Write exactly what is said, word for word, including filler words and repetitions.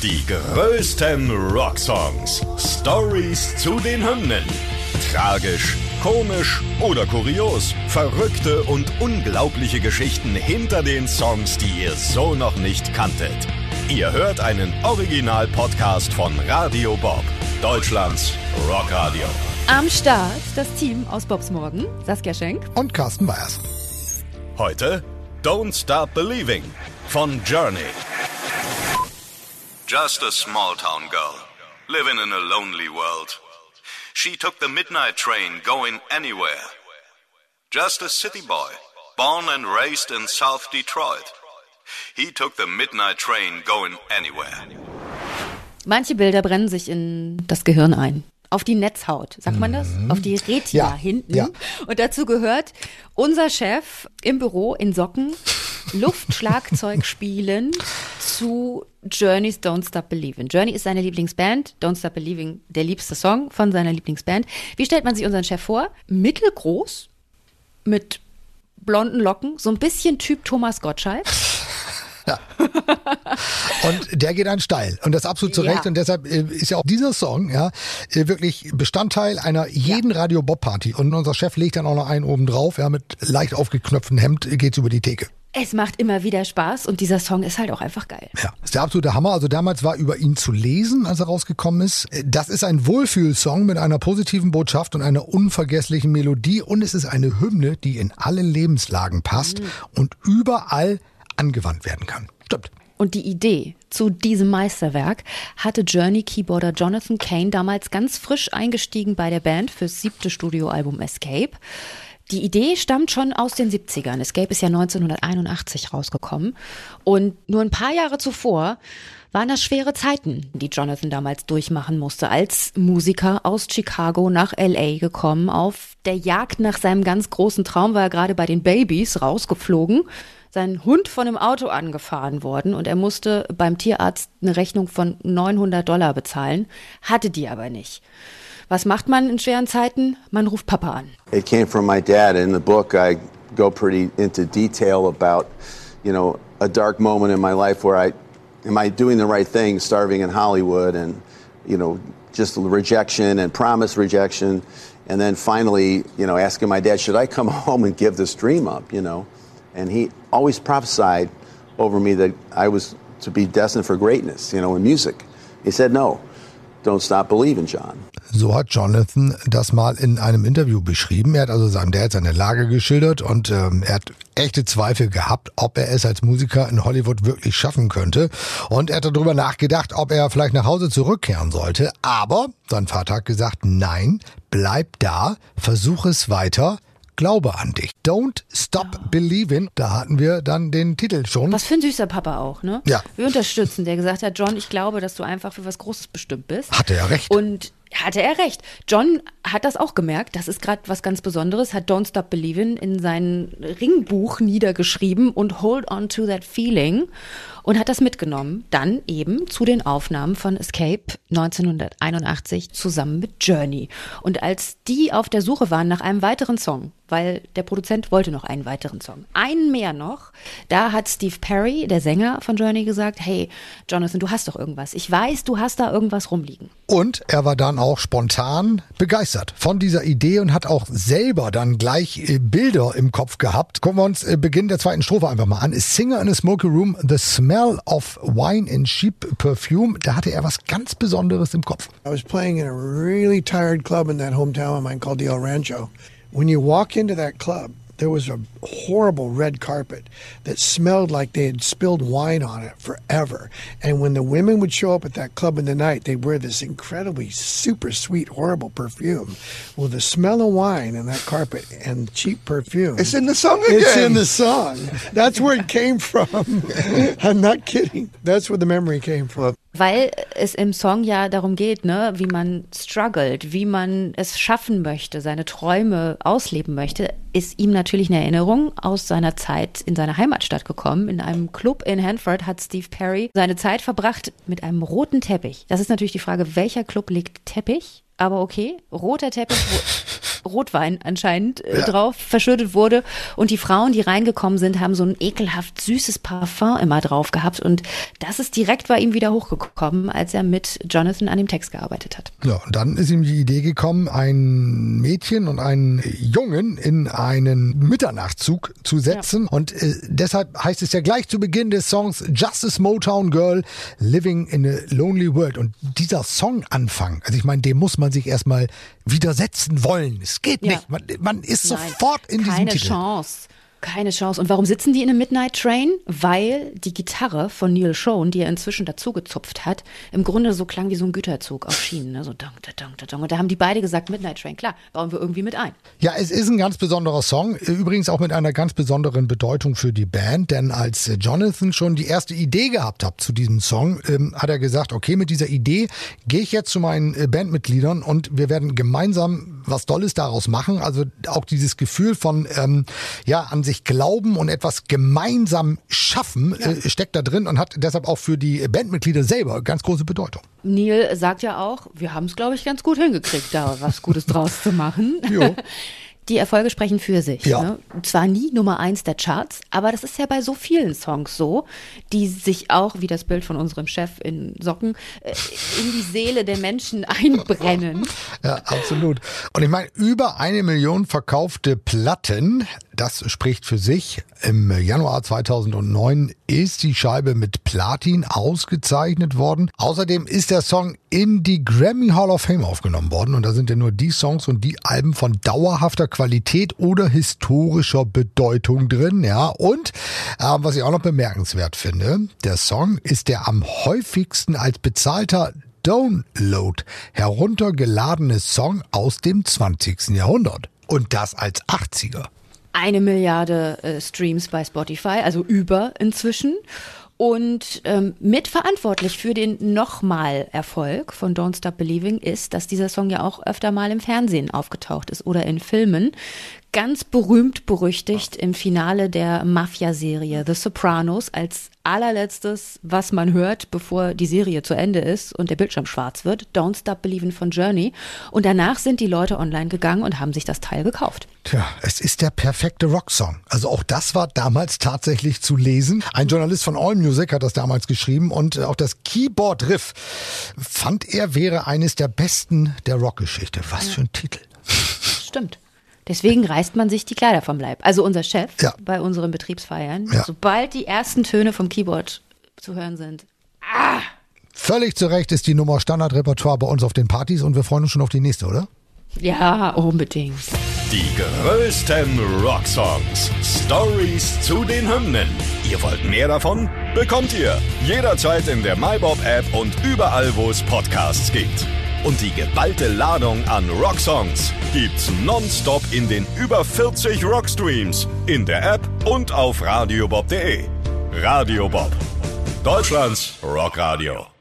Die größten Rocksongs. Stories zu den Hymnen. Tragisch, komisch oder kurios. Verrückte und unglaubliche Geschichten hinter den Songs, die ihr so noch nicht kanntet. Ihr hört einen Original-Podcast von Radio Bob, Deutschlands Rockradio. Am Start das Team aus Bobs Morgen, Saskia Schenk und Carsten Bayers. Heute Don't Stop Believing von Journey. Just a small town girl, living in a lonely world. She took the midnight train going anywhere. Just a city boy, born and raised in South Detroit. He took the midnight train going anywhere. Manche Bilder brennen sich in das Gehirn ein. Auf die Netzhaut, sagt man das? Auf die Retina ja, hinten. Ja. Und dazu gehört unser Chef im Büro in Socken, Luftschlagzeug spielen zu Journey's Don't Stop Believing. Journey ist seine Lieblingsband, Don't Stop Believing der liebste Song von seiner Lieblingsband. Wie stellt man sich unseren Chef vor? Mittelgroß, mit blonden Locken, so ein bisschen Typ Thomas Gottschalk. Ja. Und der geht dann steil. Und das absolut zu Ja. Recht. Und deshalb ist ja auch dieser Song ja wirklich Bestandteil einer jeden ja. Radio Bob Party. Und unser Chef legt dann auch noch einen oben drauf. Ja, mit leicht aufgeknöpftem Hemd geht's über die Theke. Es macht immer wieder Spaß und dieser Song ist halt auch einfach geil. Ja, ist der absolute Hammer. Also damals war über ihn zu lesen, als er rausgekommen ist. Das ist ein Wohlfühlsong mit einer positiven Botschaft und einer unvergesslichen Melodie. Und es ist eine Hymne, die in alle Lebenslagen passt mhm. und überall angewandt werden kann. Stimmt. Und die Idee zu diesem Meisterwerk hatte Journey-Keyboarder Jonathan Cain damals ganz frisch eingestiegen bei der Band fürs siebte Studioalbum Escape. Die Idee stammt schon aus den siebzigern. Escape ist ja neunzehnhunderteinundachtzig rausgekommen. Und nur ein paar Jahre zuvor waren das schwere Zeiten, die Jonathan damals durchmachen musste. Als Musiker aus Chicago nach L A gekommen. Auf der Jagd nach seinem ganz großen Traum war er gerade bei den Babys rausgeflogen. Sein Hund von einem Auto angefahren worden und er musste beim Tierarzt eine Rechnung von neunhundert Dollar bezahlen, hatte die aber nicht. Was macht man in schweren Zeiten? Man ruft Papa an. It came from my dad. In the book I go pretty into detail about, you know, a dark moment in my life where I, am I doing the right thing, starving in Hollywood and, you know, just rejection and promise rejection. And then finally, you know, asking my dad, should I come home and give this dream up, you know? And he always prophesied over me that I was to be destined for greatness, you know, in music. He said, no, don't stop believing, John. So hat Jonathan das mal in einem Interview beschrieben. Er hat also seinem Dad seine Lage geschildert und ähm, er hat echte Zweifel gehabt, ob er es als Musiker in Hollywood wirklich schaffen könnte. Und er hat darüber nachgedacht, ob er vielleicht nach Hause zurückkehren sollte. Aber sein Vater hat gesagt, nein, bleib da, versuch es weiter. Glaube an dich. Don't Stop Believing. Da hatten wir dann den Titel schon. Was für ein süßer Papa auch, ne? Ja. Wir unterstützen, der gesagt hat, John, ich glaube, dass du einfach für was Großes bestimmt bist. Hatte er recht. Und hatte er recht. John hat das auch gemerkt. Das ist gerade was ganz Besonderes. Hat Don't Stop Believing in sein Ringbuch niedergeschrieben und Hold on to that feeling. Und hat das mitgenommen. Dann eben zu den Aufnahmen von Escape neunzehnhunderteinundachtzig zusammen mit Journey. Und als die auf der Suche waren nach einem weiteren Song, weil der Produzent wollte noch einen weiteren Song, einen mehr noch, da hat Steve Perry, der Sänger von Journey, gesagt, hey, Jonathan, du hast doch irgendwas. Ich weiß, du hast da irgendwas rumliegen. Und er war dann auch spontan begeistert von dieser Idee und hat auch selber dann gleich Bilder im Kopf gehabt. Gucken wir uns Beginn der zweiten Strophe einfach mal an. A singer in a smoky room, the smell of wine and cheap perfume. Da hatte er was ganz Besonderes im Kopf. I was playing in a really tired club in that hometown of mine called the El Rancho. When you walk into that club, there was a horrible red carpet that smelled like they had spilled wine on it forever. And when the women would show up at that club in the night, they'd wear this incredibly super sweet, horrible perfume. Well, the smell of wine and that carpet and cheap perfume. It's in the song again. It's in the song. That's where it came from. I'm not kidding. That's where the memory came from. Weil es im Song ja darum geht, ne, wie man struggelt, wie man es schaffen möchte, seine Träume ausleben möchte, ist ihm natürlich eine Erinnerung aus seiner Zeit in seiner Heimatstadt gekommen. In einem Club in Hanford hat Steve Perry seine Zeit verbracht mit einem roten Teppich. Das ist natürlich die Frage, welcher Club legt Teppich? Aber okay, roter Teppich. Rotwein anscheinend äh, ja. drauf verschüttet wurde. Und die Frauen, die reingekommen sind, haben so ein ekelhaft süßes Parfum immer drauf gehabt. Und das ist direkt bei ihm wieder hochgekommen, als er mit Jonathan an dem Text gearbeitet hat. Ja, und dann ist ihm die Idee gekommen, ein Mädchen und einen Jungen in einen Mitternachtzug zu setzen. Ja. Und äh, deshalb heißt es ja gleich zu Beginn des Songs Just a Motown Girl Living in a Lonely World. Und dieser Songanfang, also ich meine, dem muss man sich erstmal widersetzen wollen. Es geht ja. nicht. Man, man ist Nein, sofort in diesem Titel. Keine Chance. Keine Chance. Und warum sitzen die in einem Midnight Train? Weil die Gitarre von Neil Schon, die er inzwischen dazu gezupft hat, im Grunde so klang wie so ein Güterzug auf Schienen. Ne? So dong, dong, dong. Und da haben die beide gesagt, Midnight Train, klar, bauen wir irgendwie mit ein. Ja, es ist ein ganz besonderer Song. Übrigens auch mit einer ganz besonderen Bedeutung für die Band. Denn als Jonathan schon die erste Idee gehabt hat zu diesem Song, ähm, hat er gesagt, okay, mit dieser Idee gehe ich jetzt zu meinen äh, Bandmitgliedern und wir werden gemeinsam was Tolles daraus machen. Also auch dieses Gefühl von, ähm, ja, an sich glauben und etwas gemeinsam schaffen, ja. äh, steckt da drin und hat deshalb auch für die Bandmitglieder selber ganz große Bedeutung. Neil sagt ja auch, wir haben es, glaube ich, ganz gut hingekriegt, da was Gutes draus zu machen. Jo. Die Erfolge sprechen für sich. Ja. Ne? Zwar nie Nummer eins der Charts, aber das ist ja bei so vielen Songs so, die sich auch, wie das Bild von unserem Chef in Socken, in die Seele der Menschen einbrennen. Ja, absolut. Und ich meine, über eine Million verkaufte Platten, das spricht für sich. Im Januar zweitausendneun ist die Scheibe mit Platin ausgezeichnet worden. Außerdem ist der Song in die Grammy Hall of Fame aufgenommen worden. Und da sind ja nur die Songs und die Alben von dauerhafter Qualität oder historischer Bedeutung drin. Ja, und äh, was ich auch noch bemerkenswert finde, der Song ist der am häufigsten als bezahlter Download heruntergeladene Song aus dem zwanzigsten Jahrhundert. Und das als achtziger. Eine Milliarde äh, Streams bei Spotify, also über inzwischen. Und ähm, mitverantwortlich für den Nochmal-Erfolg von Don't Stop Believing ist, dass dieser Song ja auch öfter mal im Fernsehen aufgetaucht ist oder in Filmen. Ganz berühmt berüchtigt im Finale der Mafia-Serie The Sopranos als allerletztes, was man hört, bevor die Serie zu Ende ist und der Bildschirm schwarz wird, Don't Stop Believin' von Journey. Und danach sind die Leute online gegangen und haben sich das Teil gekauft. Tja, es ist der perfekte Rocksong. Also auch das war damals tatsächlich zu lesen. Ein Journalist von AllMusic hat das damals geschrieben und auch das Keyboard-Riff fand er wäre eines der besten der Rockgeschichte. Was ja. für ein Titel. Stimmt. Deswegen reißt man sich die Kleider vom Leib. Also unser Chef ja. bei unseren Betriebsfeiern, ja. sobald die ersten Töne vom Keyboard zu hören sind. Ah! Völlig zu Recht ist die Nummer Standardrepertoire bei uns auf den Partys und wir freuen uns schon auf die nächste, oder? Ja, unbedingt. Die größten Rocksongs. Stories zu den Hymnen. Ihr wollt mehr davon? Bekommt ihr jederzeit in der MyBob-App und überall, wo es Podcasts gibt. Und die geballte Ladung an Rocksongs gibt's nonstop in den über vierzig Rockstreams, in der App und auf radiobob punkt de. Radio Bob, Deutschlands Rockradio.